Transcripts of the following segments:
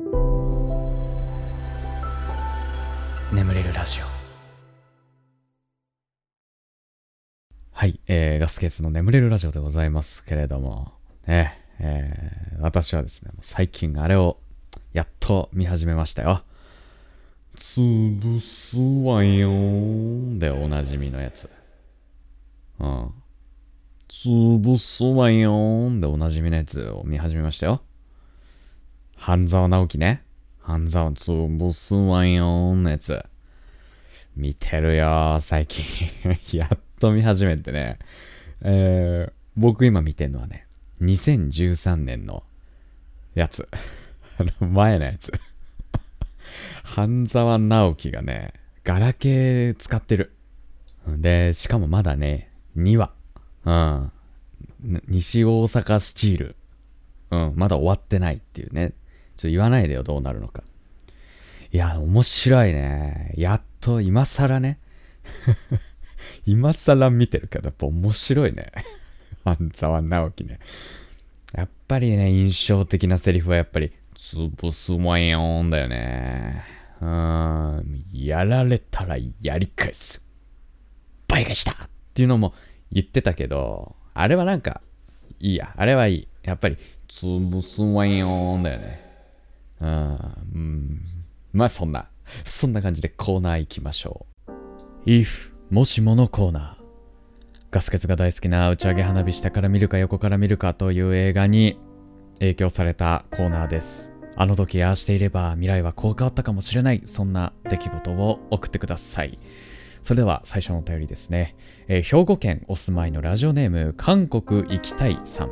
眠れるラジオ。はい、ガスケツの眠れるラジオでございますけれどもね、私はですね、最近あれをやっと見始めましたよ。つぶすわよーでおなじみのやつ。つぶすわよーでおなじみのやつを見始めましたよ。半沢直樹ね。半沢つぶすわよーのやつ。見てるよー、最近。やっと見始めてね。僕今見てんのはね、2013年のやつ。前のやつ。半沢直樹がね、ガラケー使ってる。で、しかもまだね、2話。西大阪スチール。まだ終わってないっていうね。ちょっと言わないでよ、どうなるのか。いや、面白いね。やっと今更ね。今更見てるけど、やっぱ面白いね。半沢直樹ね。やっぱりね、印象的なセリフはやっぱり、つぶすまんよーんだよね。やられたらやり返す。倍返しだっていうのも言ってたけど、あれはなんか、いいや。あれはいい。やっぱり、つぶすまんよーんだよね。まあそんな感じでコーナー行きましょう。if もしものコーナー。ガスケツが大好きな打ち上げ花火下から見るか横から見るかという映画に影響されたコーナーです。あの時ああしていれば未来はこう変わったかもしれない、そんな出来事を送ってください。それでは最初のお便りですね。兵庫県お住まいのラジオネーム韓国行きたいさん。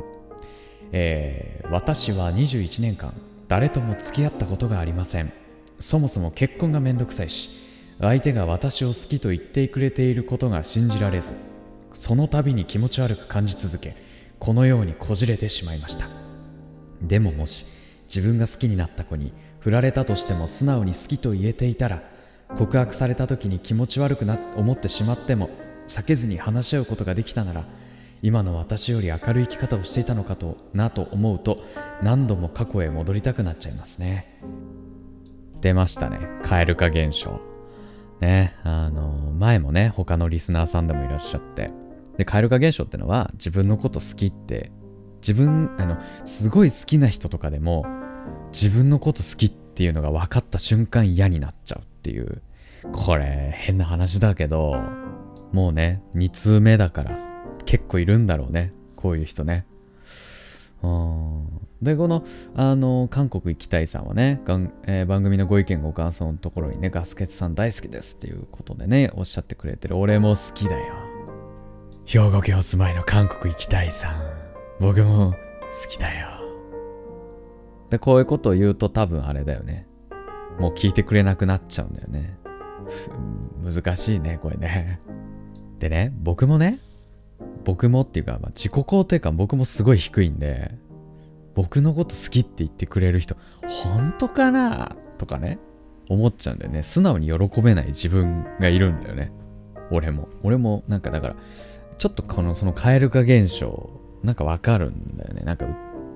私は21年間誰とも付き合ったことがありません。そもそも結婚がめんどくさいし、相手が私を好きと言ってくれていることが信じられず、その度に気持ち悪く感じ続け、このようにこじれてしまいました。でももし自分が好きになった子に振られたとしても素直に好きと言えていたら、告白された時に気持ち悪く思ってしまっても避けずに話し合うことができたなら、今の私より明るい生き方をしていたのかと思うと、何度も過去へ戻りたくなっちゃいますね。出ましたね、蛙化現象ね。前もね、他のリスナーさんでもいらっしゃって、で蛙化現象ってのは、自分のこと好きって、すごい好きな人とかでも自分のこと好きっていうのが分かった瞬間嫌になっちゃうっていう、これ変な話だけど、もうね2通目だから結構いるんだろうね、こういう人ね。で、この韓国行きたいさんはね、番組のご意見ご感想のところにね、ガスケツさん大好きですっていうことでね、おっしゃってくれてる。俺も好きだよ。兵庫県お住まいの韓国行きたいさん、僕も好きだよ。で、こういうことを言うと多分あれだよね、もう聞いてくれなくなっちゃうんだよね。難しいねこれね。でね、僕もっていうか、自己肯定感僕もすごい低いんで、僕のこと好きって言ってくれる人本当かなとかね、思っちゃうんだよね。素直に喜べない自分がいるんだよね。俺もなんか、だからちょっとその蛙化現象なんかわかるんだよね。なんか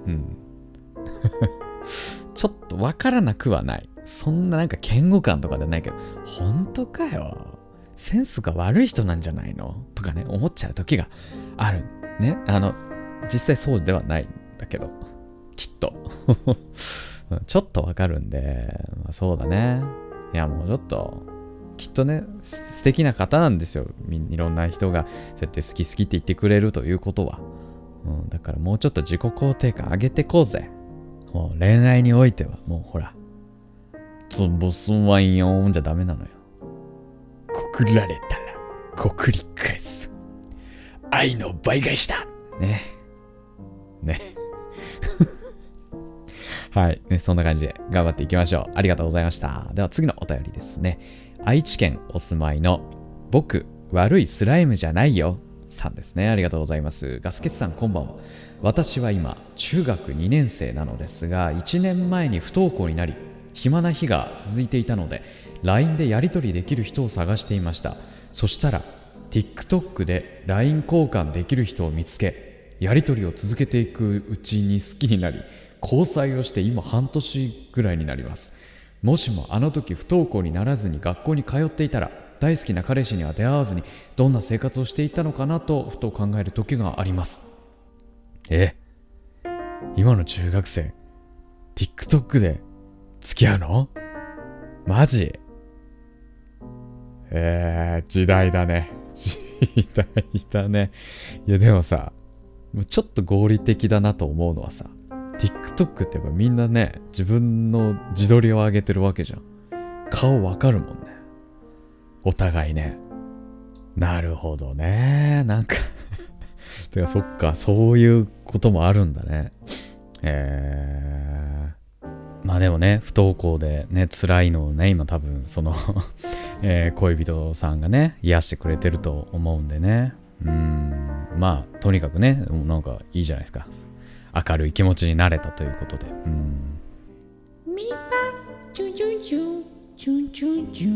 ちょっとわからなくはない。そんななんか嫌悪感とかじゃないけど、本当かよ、センスが悪い人なんじゃないのとかね、思っちゃう時があるね。実際そうではないんだけど、きっとちょっとわかるんで、そうだね。いや、もうちょっときっとね、素敵な方なんですよ。いろんな人がそうやって好きって言ってくれるということは、だからもうちょっと自己肯定感上げてこうぜ。もう恋愛においてはもうほら、つぶすわんよーんじゃダメなのよ。告られたら告り返す、愛の倍返しだねはいね、そんな感じで頑張っていきましょう。ありがとうございました。では次のお便りですね。愛知県お住まいの僕悪いスライムじゃないよさんですね。ありがとうございます。ガスケツさん、こんばんは。私は今中学2年生なのですが、1年前に不登校になり暇な日が続いていたので LINE でやり取りできる人を探していました。そしたら TikTok で LINE 交換できる人を見つけ、やり取りを続けていくうちに好きになり、 交際をして今半年ぐらいになります。もしもあの時不登校にならずに学校に通っていたら、大好きな彼氏には出会わずにどんな生活をしていたのかなとふと考える時があります。今の中学生 TikTok で付き合うの？マジ？時代だね。時代だね。いやでもさ、ちょっと合理的だなと思うのはさ、TikTok ってやっぱみんなね、自分の自撮りを上げてるわけじゃん。顔わかるもんね。お互いね。なるほどね。なんかてかそっか、そういうこともあるんだね。まあでもね、不登校でね、辛いのをね、今多分その恋人さんがね、癒してくれてると思うんでね。まあとにかくね、なんかいいじゃないですか。明るい気持ちになれたということで。 ミパチュチュチュチュチュチュ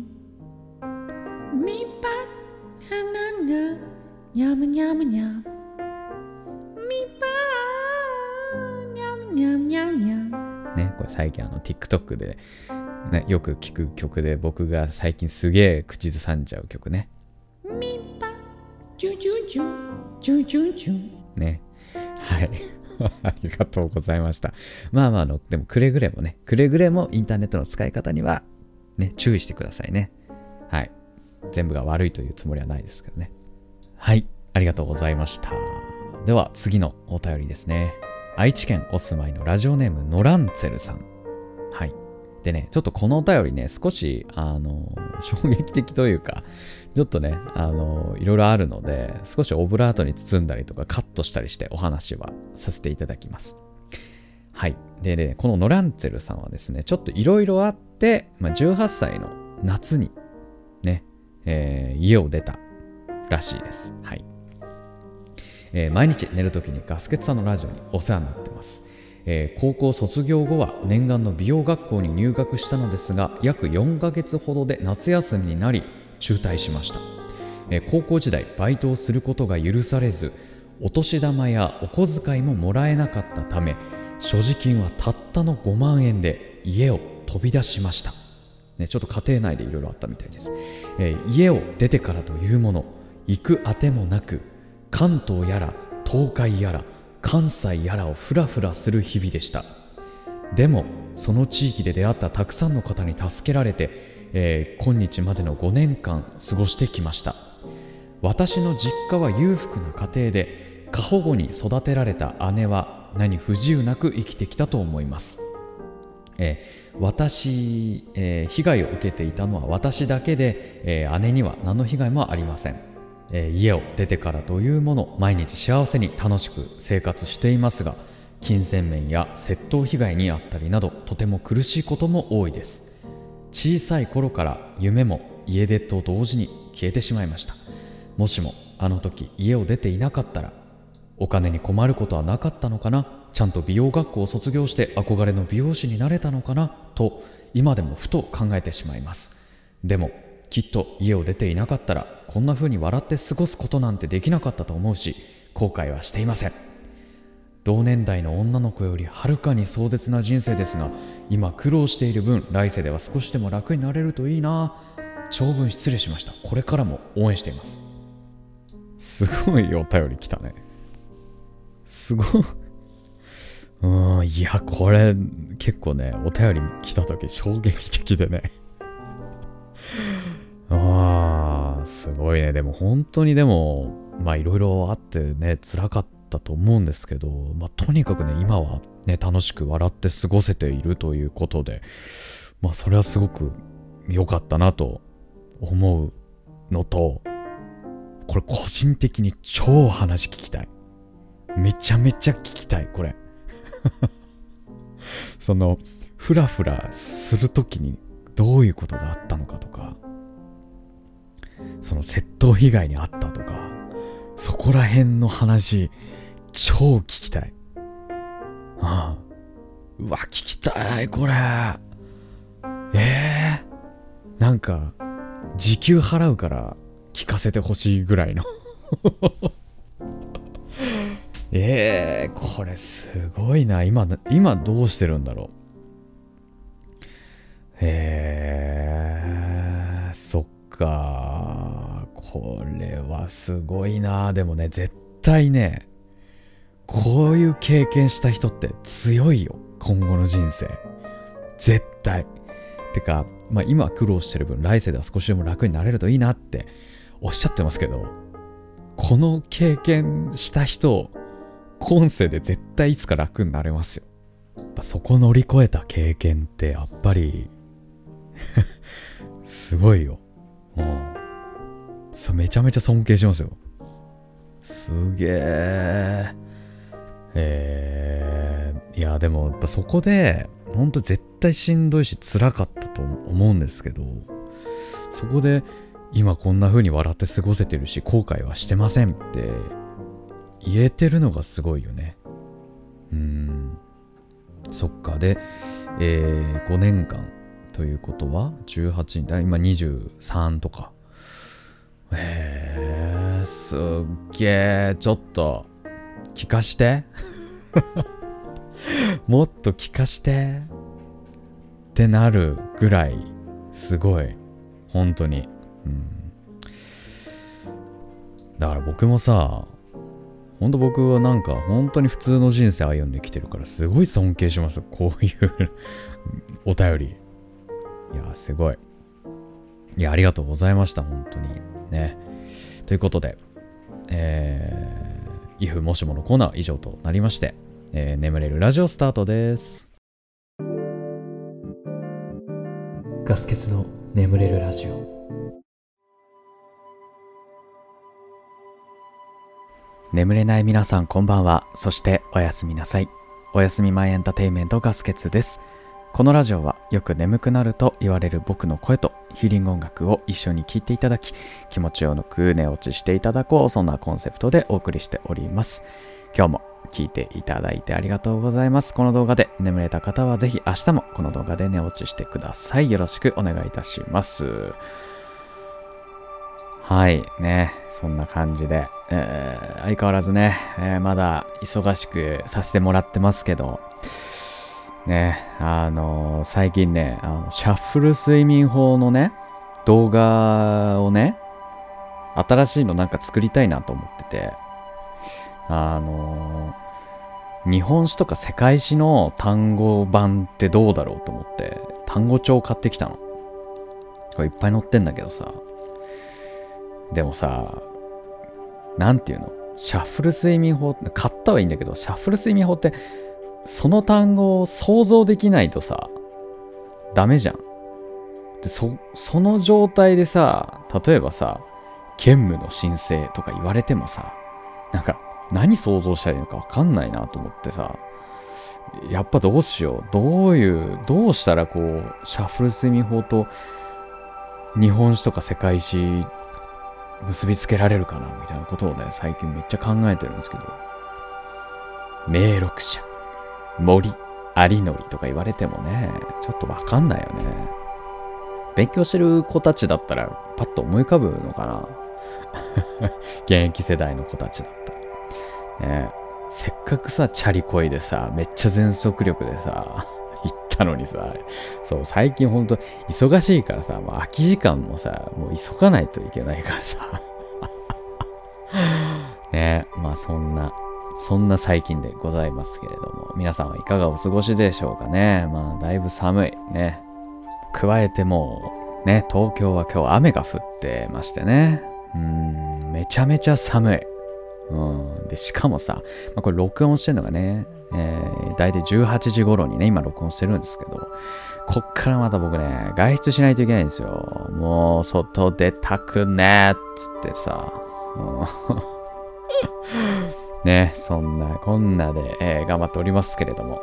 ミパナナナニャムニャムニャムミパニャムニャムニャムニャムね、これ最近TikTok で、ね、よく聞く曲で、僕が最近すげえ口ずさんじゃう曲ね。 ミパチュチュチュチュチュチュね。はいありがとうございました。まあでもくれぐれもインターネットの使い方にはね、注意してくださいね。はい。全部が悪いというつもりはないですけどね。はい。ありがとうございました。では次のお便りですね。愛知県お住まいのラジオネームノランツェルさん。はい。でね、ちょっとこのお便りね、少し衝撃的というか、ちょっとね、いろいろあるので、少しオブラートに包んだりとかカットしたりしてお話はさせていただきます。はい。で、このノランツェルさんはですね、ちょっといろいろあって、18歳の夏にね、家を出たらしいです。はい。毎日寝るときにガスケツさんのラジオにお世話になってます。高校卒業後は念願の美容学校に入学したのですが、約4ヶ月ほどで夏休みになり中退しました。高校時代バイトをすることが許されず、お年玉やお小遣いももらえなかったため、所持金はたったの5万円で家を飛び出しました。ね、ちょっと家庭内でいろいろあったみたいです。家を出てからというもの、行くあてもなく、関東やら東海やら関西やらをフラフラする日々でした。でもその地域で出会ったたくさんの方に助けられて、今日までの5年間過ごしてきました。私の実家は裕福な家庭で、過保護に育てられた姉は何不自由なく生きてきたと思います。被害を受けていたのは私だけで、姉には何の被害もありません。家を出てからというもの、毎日幸せに楽しく生活していますが、金銭面や窃盗被害にあったりなど、とても苦しいことも多いです。小さい頃から夢も家出と同時に消えてしまいました。もしもあの時家を出ていなかったら、お金に困ることはなかったのかな、ちゃんと美容学校を卒業して憧れの美容師になれたのかなと、今でもふと考えてしまいます。でもきっと家を出ていなかったら、こんな風に笑って過ごすことなんてできなかったと思うし、後悔はしていません。同年代の女の子よりはるかに壮絶な人生ですが、今苦労している分、来世では少しでも楽になれるといいな。長文失礼しました。これからも応援しています。すごいお便り来たね。すごい。いや、これ結構ね、お便り来た時衝撃的でねすごいね。でも本当にいろいろあってね、辛かったと思うんですけど、とにかくね、今はね、楽しく笑って過ごせているということで、それはすごく良かったなと思うのと、これ個人的に超話聞きたい。めちゃめちゃ聞きたい、これそのフラフラするときにどういうことがあったのかとか、その窃盗被害にあったとか、そこら辺の話超聞きたい。うわ、聞きたいこれ。なんか時給払うから聞かせてほしいぐらいのこれすごいな。今どうしてるんだろう。そっか。これはすごいな。でもね、絶対ね、こういう経験した人って強いよ。今後の人生。絶対。てか、今苦労してる分、来世では少しでも楽になれるといいなっておっしゃってますけど、この経験した人、今世で絶対いつか楽になれますよ。そこ乗り越えた経験ってやっぱりすごいよ。めちゃめちゃ尊敬しますよ。すげえ。いやでもやっぱそこでほんと絶対しんどいし辛かったと思うんですけど、そこで今こんな風に笑って過ごせてるし後悔はしてませんって言えてるのがすごいよね。そっか。で、5年間ということは18だ、今23とか。すっげえ。ちょっと聞かしてもっと聞かしてってなるぐらいすごい、本当に。だから僕もさ、僕はなんか本当に普通の人生歩んできてるからすごい尊敬します。こういうお便り。いやすごい。いやありがとうございました、本当にね。ということで、if もしものコーナーは以上となりまして、眠れるラジオスタートです。ガス欠の眠れるラジオ。眠れない皆さんこんばんは。そしておやすみなさい。おやすみ前エンターテインメントガス欠です。このラジオはよく眠くなると言われる僕の声とヒーリング音楽を一緒に聴いていただき、気持ちよく寝落ちしていただこう、そんなコンセプトでお送りしております。今日も聞いていただいてありがとうございます。この動画で眠れた方はぜひ明日もこの動画で寝落ちしてください。よろしくお願いいたします。はいね、そんな感じで、相変わらずね、まだ忙しくさせてもらってますけどね、最近ね、シャッフル睡眠法のね動画をね、新しいのなんか作りたいなと思ってて、日本史とか世界史の単語版ってどうだろうと思って単語帳買ってきたの。これいっぱい載ってんだけどさ、でもさ、なんていうの、シャッフル睡眠法買ったはいいんだけど、シャッフル睡眠法ってその単語を想像できないとさダメじゃん。でその状態でさ、例えばさ兼務の申請とか言われてもさ、なんか何想像したらいいのか分かんないなと思ってさ、やっぱどうしよう、どうしたらこうシャッフル睡眠法と日本史とか世界史結びつけられるかなみたいなことをね、最近めっちゃ考えてるんですけど、名録者森有則とか言われてもね、ちょっとわかんないよね。勉強してる子たちだったらパッと思い浮かぶのかな現役世代の子たちだったらね。せっかくさチャリこいでさ、めっちゃ全速力でさ行ったのにさ、そう最近ほんと忙しいからさ、もう空き時間もさもう急がないといけないからさね。まあそんな最近でございますけれども、皆さんはいかがお過ごしでしょうかね。まあだいぶ寒いね。加えてもうね、東京は今日雨が降ってましてね、めちゃめちゃ寒い。でしかもさ、これ録音してるのがね、だいたい18時頃にね今録音してるんですけど、こっからまた僕ね外出しないといけないんですよ。もう外出たくねーっつってさね、そんなこんなで、頑張っておりますけれども、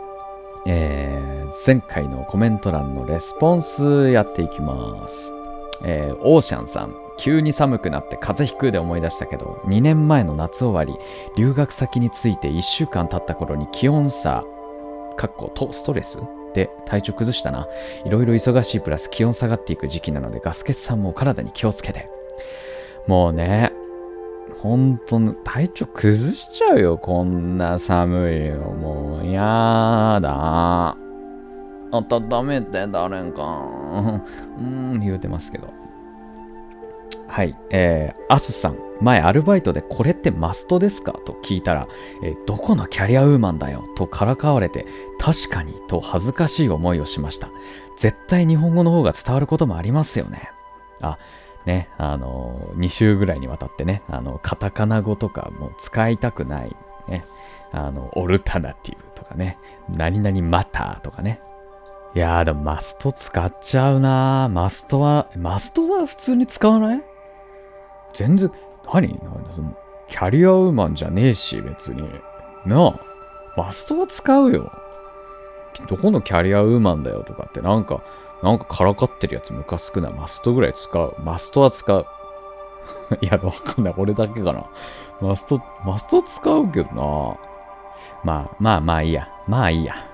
前回のコメント欄のレスポンスやっていきます。オーシャンさん、急に寒くなって風邪ひくで思い出したけど、2年前の夏終わり留学先に着いて1週間経った頃に気温差ストレスで体調崩したな。いろいろ忙しいプラス気温下がっていく時期なので、ガス欠さんもお体に気をつけて。もうね、 ほんと体調崩しちゃうよ、こんな寒いよ。もうやだ。温めて誰か言うてますけど。はい、アスさん、前アルバイトでこれってマストですかと聞いたら、どこのキャリアウーマンだよとからかわれて、確かにと恥ずかしい思いをしました。絶対日本語の方が伝わることもありますよね。ね、2週ぐらいにわたってね、カタカナ語とかも使いたくない、ね、オルタナティブとかね、何々マターとかね。いやーでもマスト使っちゃうな。マストは普通に使わない？全然、そのキャリアウーマンじゃねえし、別に。なあ、マストは使うよ。どこのキャリアウーマンだよとかってなんかからかってるやつムカつくな。マストぐらい使う。マストは使う。いや、わかんない。俺だけかな。マスト使うけどな。まあいいや。まあいいや。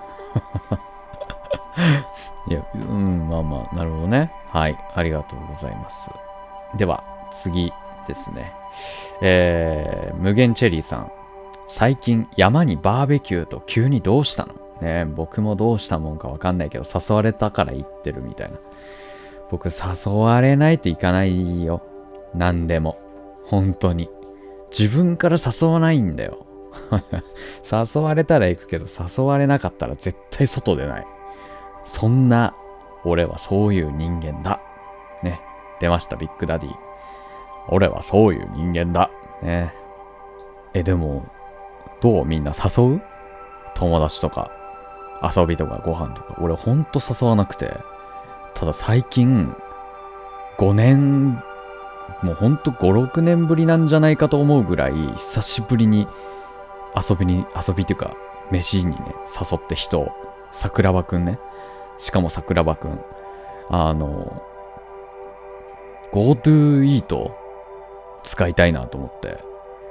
いや、まあ、なるほどね。はい、ありがとうございます。では、次ですね。無限チェリーさん。最近山にバーベキューと急にどうしたの？ね、僕もどうしたもんかわかんないけど、誘われたから行ってるみたいな。僕、誘われないといかないよ。何でも。本当に。自分から誘わないんだよ。誘われたら行くけど、誘われなかったら絶対外出ない。そんな、俺はそういう人間だ。ね。出ました、ビッグダディ。俺はそういう人間だ。ね。でも、どうみんな誘う？友達とか、遊びとかご飯とか。俺ほんと誘わなくて。ただ最近、5年、もうほんと5、6年ぶりなんじゃないかと思うぐらい、久しぶりに遊びっていうか、飯にね、誘って人を、桜庭くんね。しかも桜庭くん、GoTo イート使いたいなと思って。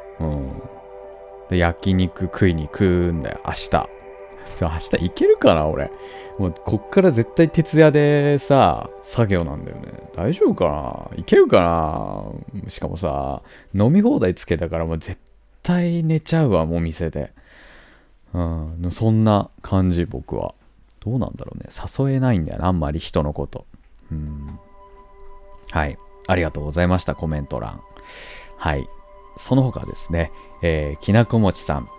で、焼肉食いに行くんだよ、明日。明日行けるかな、俺。もう、こっから絶対徹夜でさ、作業なんだよね。大丈夫かな？行けるかな？しかもさ、飲み放題つけたからもう絶対寝ちゃうわ、もう店で。そんな感じ、僕は。どうなんだろうね。誘えないんだよな、あんまり人のこと。はい。ありがとうございました、コメント欄。はい。その他ですね、きなこもちさん、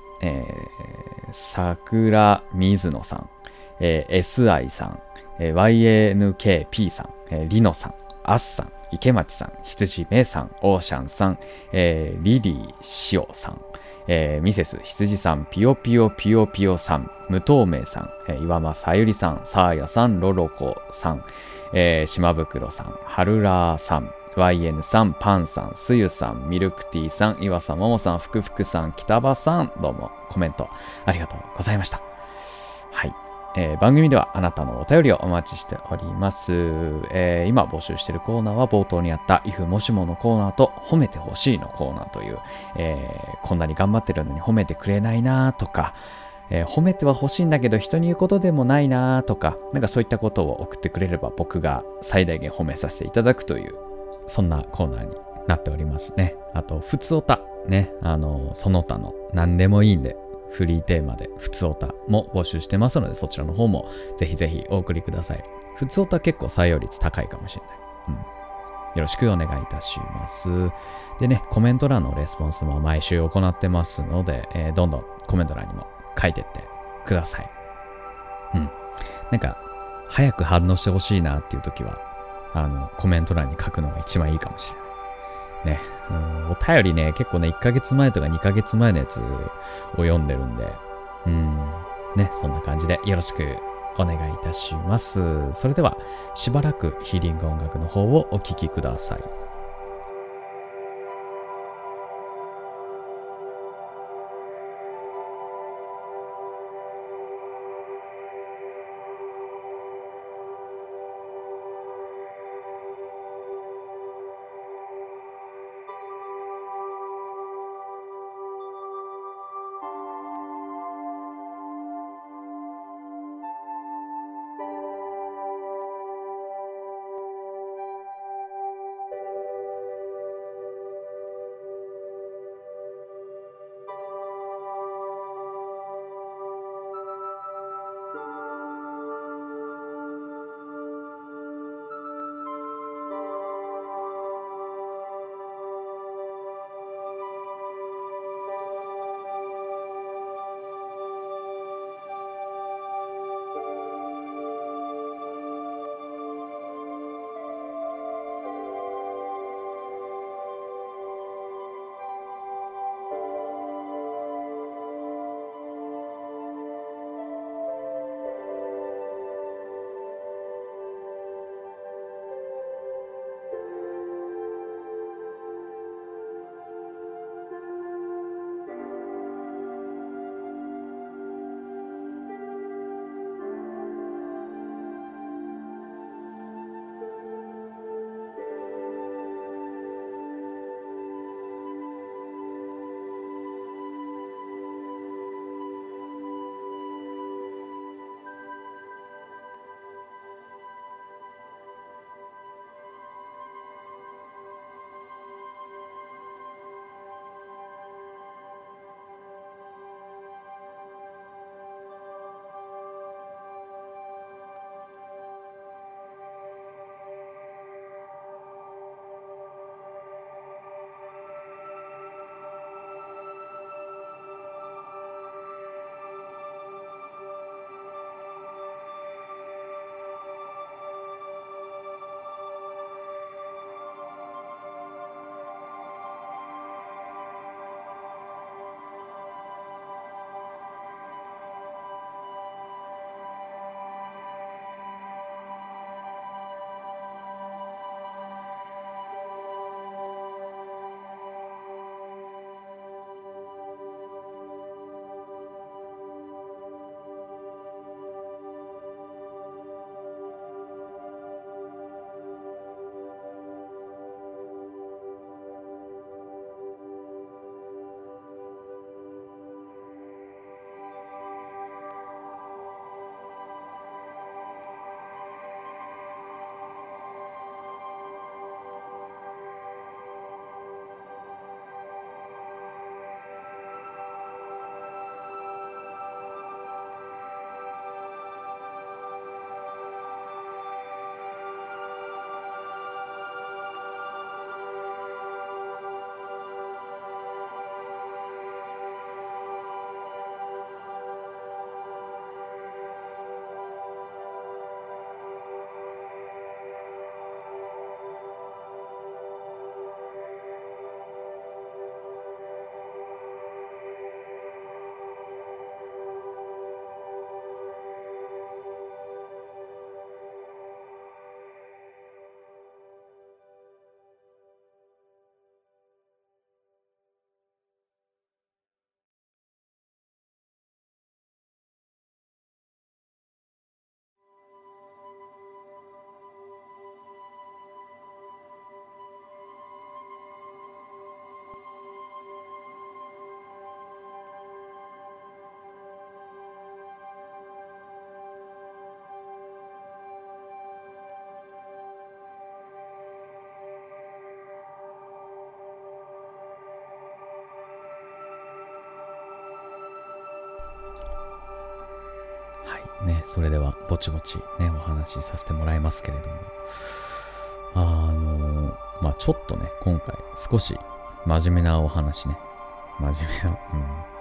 桜水野さん、SI さん、YNKP さん、リノさん、アッさん、池町さん、羊めいさん、オーシャンさん、リリーしおさん、ミセス羊さん、ピヨピヨピヨピヨさん、無透明さん、岩間さゆりさん、さあやさん、ロロコさん、島袋さん、はるらーさん、YN さん、パンさん、すゆさん、ミルクティーさん、岩佐ももさん、ふくふくさん、北場さん、どうもコメントありがとうございました。はい。番組ではあなたのお便りをお待ちしております。今募集しているコーナーは冒頭にあった if もしものコーナーと褒めてほしいのコーナーという、こんなに頑張ってるのに褒めてくれないなとか、褒めては欲しいんだけど人に言うことでもないなとか、なんかそういったことを送ってくれれば僕が最大限褒めさせていただくというそんなコーナーになっておりますね。あと、ふつおた。ね。その他の何でもいいんで、フリーテーマでふつおたも募集してますので、そちらの方もぜひぜひお送りください。ふつおた結構採用率高いかもしれない。よろしくお願いいたします。でね、コメント欄のレスポンスも毎週行ってますので、どんどんコメント欄にも書いてってください。なんか、早く反応してほしいなっていう時は、コメント欄に書くのが一番いいかもしれない。ね。お便りね、結構ね、1ヶ月前とか2ヶ月前のやつを読んでるんで、ね、そんな感じでよろしくお願いいたします。それでは、しばらくヒーリング音楽の方をお聴きください。 ね、それではぼちぼちね、お話しさせてもらいますけれども、まあちょっとね、今回少し真面目なお話ね。真面目な、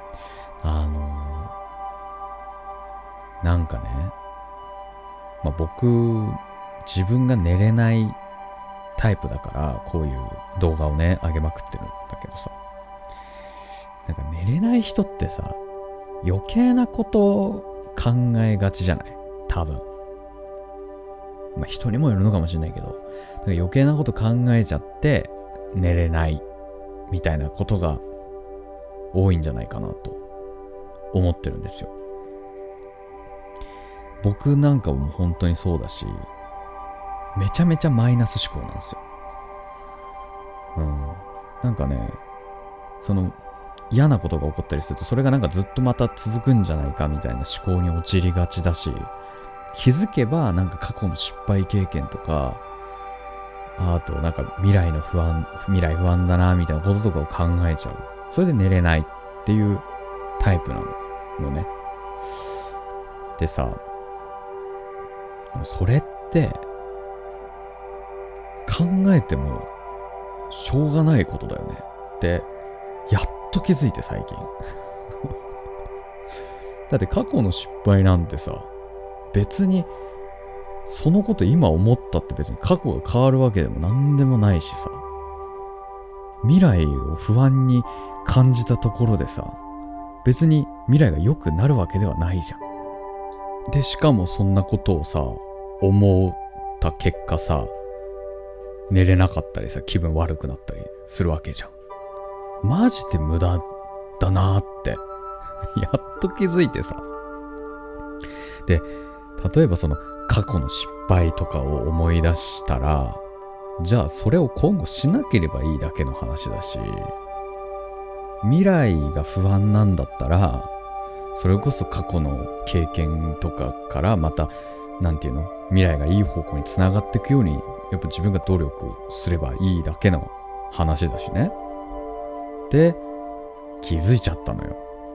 なんかね、まあ僕、自分が寝れないタイプだから、こういう動画をね、上げまくってるんだけどさ、なんか寝れない人ってさ、余計なことを考えがちじゃない？多分。まあ人にもよるのかもしれないけど、なんか余計なこと考えちゃって寝れないみたいなことが多いんじゃないかなと思ってるんですよ。僕なんかも本当にそうだし、めちゃめちゃマイナス思考なんですよ。なんかね、その嫌なことが起こったりすると、それがなんかずっとまた続くんじゃないかみたいな思考に陥りがちだし、気づけばなんか過去の失敗経験とか、あとなんか未来不安だなみたいなこととかを考えちゃう。それで寝れないっていうタイプなのね。でさ、それって考えてもしょうがないことだよねってやっと気づいて、最近だって過去の失敗なんてさ、別にそのこと今思ったって別に過去が変わるわけでもなんでもないしさ、未来を不安に感じたところでさ、別に未来が良くなるわけではないじゃん。でしかもそんなことをさ思った結果さ、寝れなかったりさ、気分悪くなったりするわけじゃん。マジで無駄だなーってやっと気づいてさ。で、例えばその過去の失敗とかを思い出したら、じゃあそれを今後しなければいいだけの話だし、未来が不安なんだったら、それこそ過去の経験とかからまたなんていうの、未来がいい方向につながっていくように、やっぱ自分が努力すればいいだけの話だしね。で、気づいちゃったのよ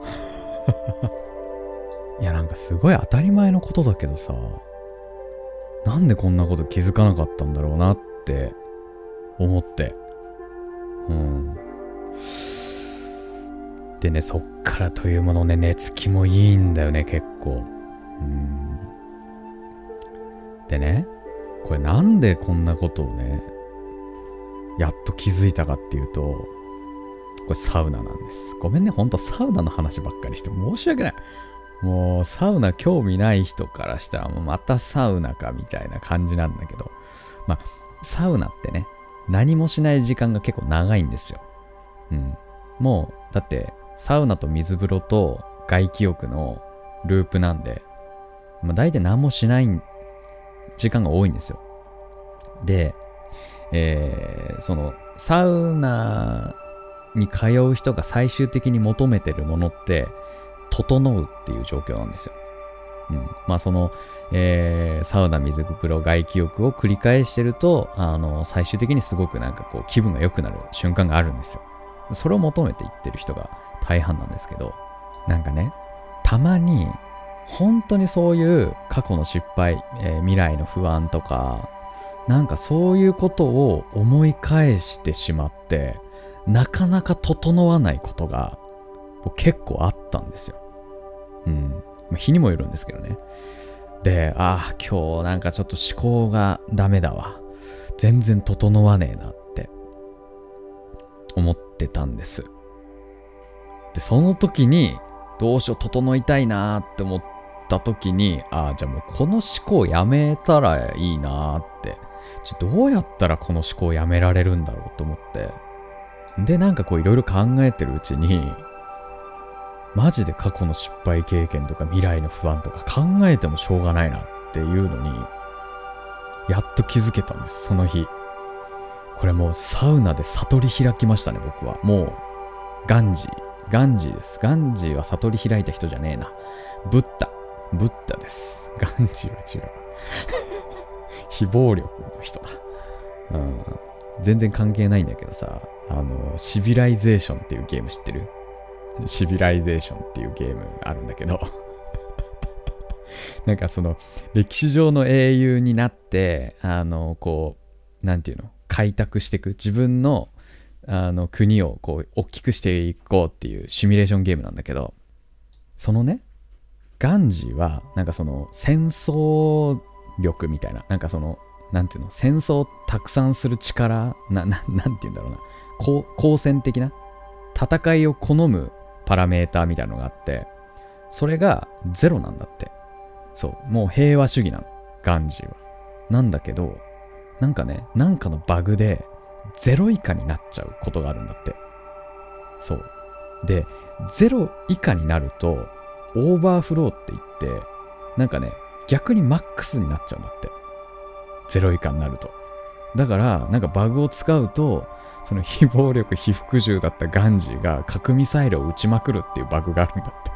いや、なんかすごい当たり前のことだけどさ、なんでこんなこと気づかなかったんだろうなって思って。でね、そっからというものね、寝つきもいいんだよね、結構。でね、これなんでこんなことをね、やっと気づいたかっていうと、これサウナなんです。ごめんね、ほんとサウナの話ばっかりして申し訳ない。もうサウナ興味ない人からしたらもうまたサウナかみたいな感じなんだけど、まあサウナってね、何もしない時間が結構長いんですよ。もうだってサウナと水風呂と外気浴のループなんで、大体何もしない時間が多いんですよ。で、そのサウナに通う人が最終的に求めてるものって整うっていう状況なんですよ。まあその、サウナ、水風呂、外気浴を繰り返してると、最終的にすごくなんかこう気分が良くなる瞬間があるんですよ。それを求めていってる人が大半なんですけど、なんかね、たまに本当にそういう過去の失敗、未来の不安とか、なんかそういうことを思い返してしまって、なかなか整わないことが結構あったんですよ。日にもよるんですけどね。で、今日なんかちょっと思考がダメだわ。全然整わねえなって思ってたんです。で、その時にどうしよう、整いたいなって思った時に、じゃあもうこの思考やめたらいいなって、どうやったらこの思考やめられるんだろうと思って、で、なんかこういろいろ考えてるうちに、マジで過去の失敗経験とか未来の不安とか考えてもしょうがないなっていうのにやっと気づけたんです。その日これもうサウナで悟り開きましたね。僕はもうガンジーです。ガンジーは悟り開いた人じゃねえな。ブッダです。ガンジーは違う非暴力の人だ。全然関係ないんだけどさ、シビライゼーションっていうゲーム知ってる？シビライゼーションっていうゲームあるんだけどなんかその歴史上の英雄になってこうなんていうの、開拓していく、自分の国をこう大きくしていこうっていうシミュレーションゲームなんだけど、そのねガンジーはなんかその戦争力みたいな、なんかそのなんていうの、戦争をたくさんする力なんていうんだろうな、好戦的な戦いを好むパラメーターみたいなのがあって、それがゼロなんだって。そう、もう平和主義なのガンジーは。なんだけどなんかね、なんかのバグでゼロ以下になっちゃうことがあるんだって。そうで、ゼロ以下になるとオーバーフローって言って、なんかね逆にマックスになっちゃうんだって、ゼロ以下になると。だからなんかバグを使うと、その非暴力非服従だったガンジーが核ミサイルを撃ちまくるっていうバグがあるんだって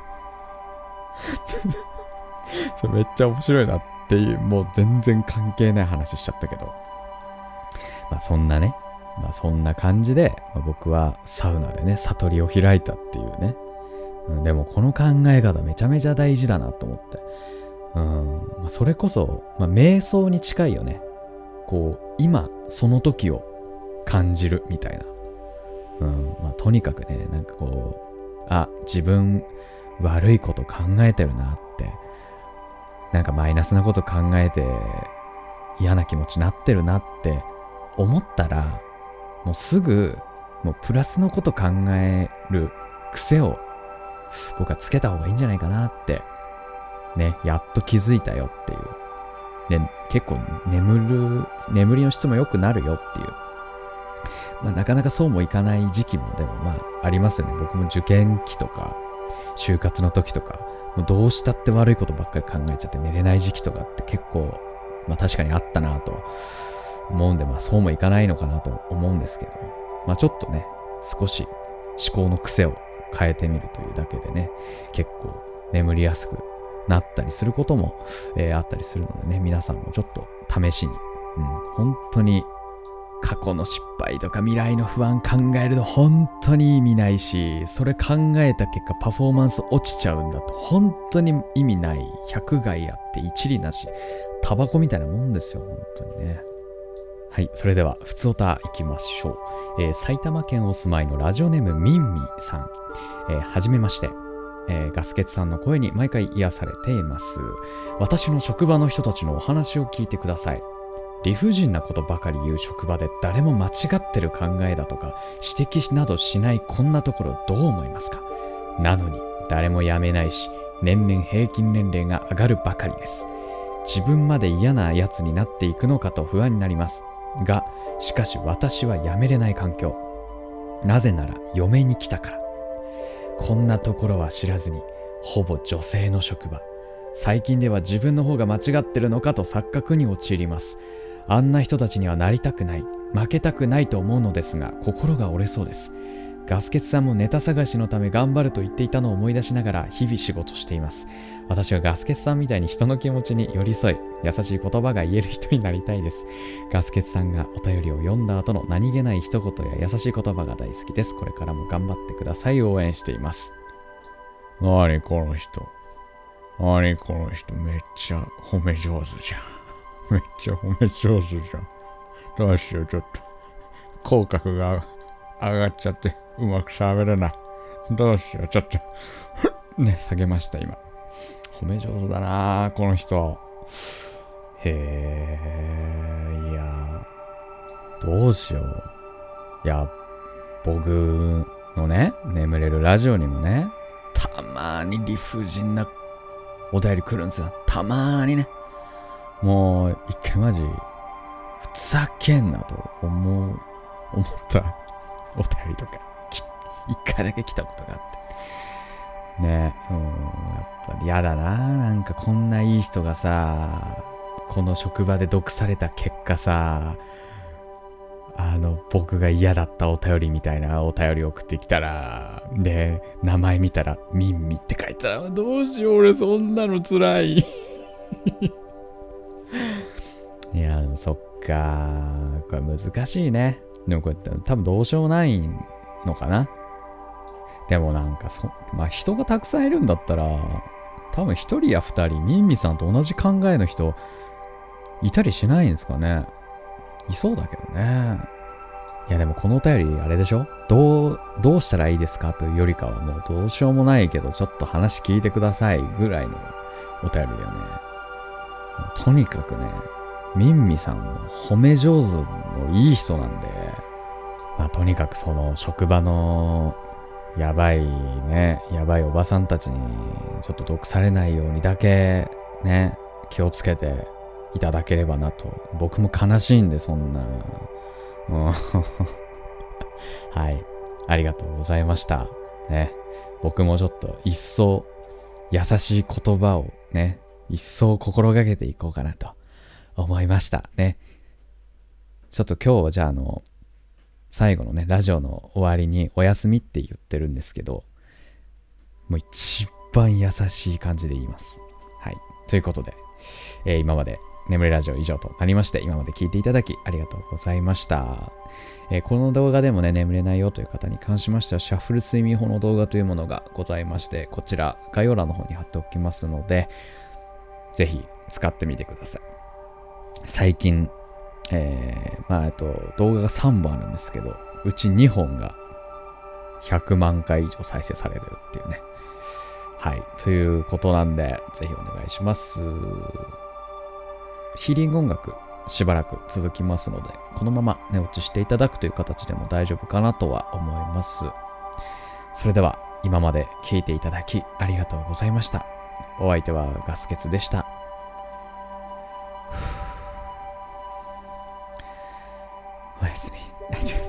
それめっちゃ面白いなっていう、もう全然関係ない話しちゃったけど、まあそんなね、まあそんな感じで、僕はサウナでね悟りを開いたっていうね。でもこの考え方めちゃめちゃ大事だなと思って、まあ、それこそ、まあ、瞑想に近いよね。こう今その時を感じるみたいな。まあ、とにかくね、なんかこう、自分悪いこと考えてるなって、なんかマイナスなこと考えて嫌な気持ちになってるなって思ったら、もうすぐもうプラスのこと考える癖を僕はつけた方がいいんじゃないかなってね、やっと気づいたよっていう。で、結構眠りの質も良くなるよっていう。まあなかなかそうもいかない時期もでもまあありますよね。僕も受験期とか就活の時とか、もうどうしたって悪いことばっかり考えちゃって寝れない時期とかって結構まあ確かにあったなと思うんで、まあそうもいかないのかなと思うんですけど、まあちょっとね、少し思考の癖を変えてみるというだけでね、結構眠りやすくなったりすることも、あったりするのでね、皆さんもちょっと試しに、本当に過去の失敗とか未来の不安考えると本当に意味ないし、それ考えた結果パフォーマンス落ちちゃうんだと本当に意味ない。百害あって一利なし、タバコみたいなもんですよ、本当にね。はい、それではふつおたいきましょう。埼玉県お住まいのラジオネームミンミさん、はじめまして。ガスケツさんの声に毎回癒されています。私の職場の人たちのお話を聞いてください。理不尽なことばかり言う職場で誰も間違ってる考えだとか指摘などしないこんなところどう思いますか？なのに誰も辞めないし、年々平均年齢が上がるばかりです。自分まで嫌なやつになっていくのかと不安になりますが、しかし私は辞めれない環境。なぜなら嫁に来たから。こんなところは知らずに、ほぼ女性の職場。最近では自分の方が間違ってるのかと錯覚に陥ります。あんな人たちにはなりたくない、負けたくないと思うのですが、心が折れそうです。ガスケツさんもネタ探しのため頑張ると言っていたのを思い出しながら日々仕事しています。私はガスケツさんみたいに人の気持ちに寄り添い、優しい言葉が言える人になりたいです。ガスケツさんがお便りを読んだ後の何気ない一言や優しい言葉が大好きです。これからも頑張ってください。応援しています。なにこの人。めっちゃ褒め上手じゃん。めっちゃ褒め上手じゃん。どうしよう、ちょっと口角が上がっちゃってうまく喋れない。どうしよう、ちょっとね、下げました今。褒め上手だなこの人。へえ、いやどうしよう。いや、僕のね、眠れるラジオにもね、たまーに理不尽なお便り来るんですよ。たまーにね。もう一回マジふざけんなと思ったお便りとか一回だけ来たことがあってね。やっぱ嫌だな。なんかこんないい人がさ、この職場で毒された結果さ、僕が嫌だったお便りみたいなお便り送ってきたら、で名前見たらミンミって書いてたら、どうしよう、俺そんなのつらいいやでもそっか、これ難しいね。でもこれ多分どうしようもないのかな。でもなんかまあ人がたくさんいるんだったら多分一人や二人ミンミさんと同じ考えの人いたりしないんですかね。いそうだけどね。いやでもこのお便りあれでしょ、どうしたらいいですかというよりかはもうどうしようもないけどちょっと話聞いてくださいぐらいのお便りだよね。とにかくね、ミンミさんも褒め上手のいい人なんで、まあとにかくその職場のやばいおばさんたちにちょっと毒されないようにだけね、気をつけていただければなと。僕も悲しいんでそんなはい、ありがとうございましたね。僕もちょっと一層優しい言葉をね、一層心がけていこうかなと思いましたね。ちょっと今日はじゃあ最後のねラジオの終わりにおやすみって言ってるんですけど、もう一番優しい感じで言います。はい、ということで、今まで眠れラジオ以上となりまして、今まで聞いていただきありがとうございました。この動画でもね、眠れないよという方に関しましてはシャッフル睡眠法の動画というものがございまして、こちら概要欄の方に貼っておきますので、ぜひ使ってみてください。最近、動画が3本あるんですけど、うち2本が100万回以上再生されてるっていうね。はい、ということなんで、ぜひお願いします。ヒーリング音楽しばらく続きますので、このまま寝落ちしていただくという形でも大丈夫かなとは思います。それでは今まで聞いていただきありがとうございました。お相手はガスケツでした。おやすみ。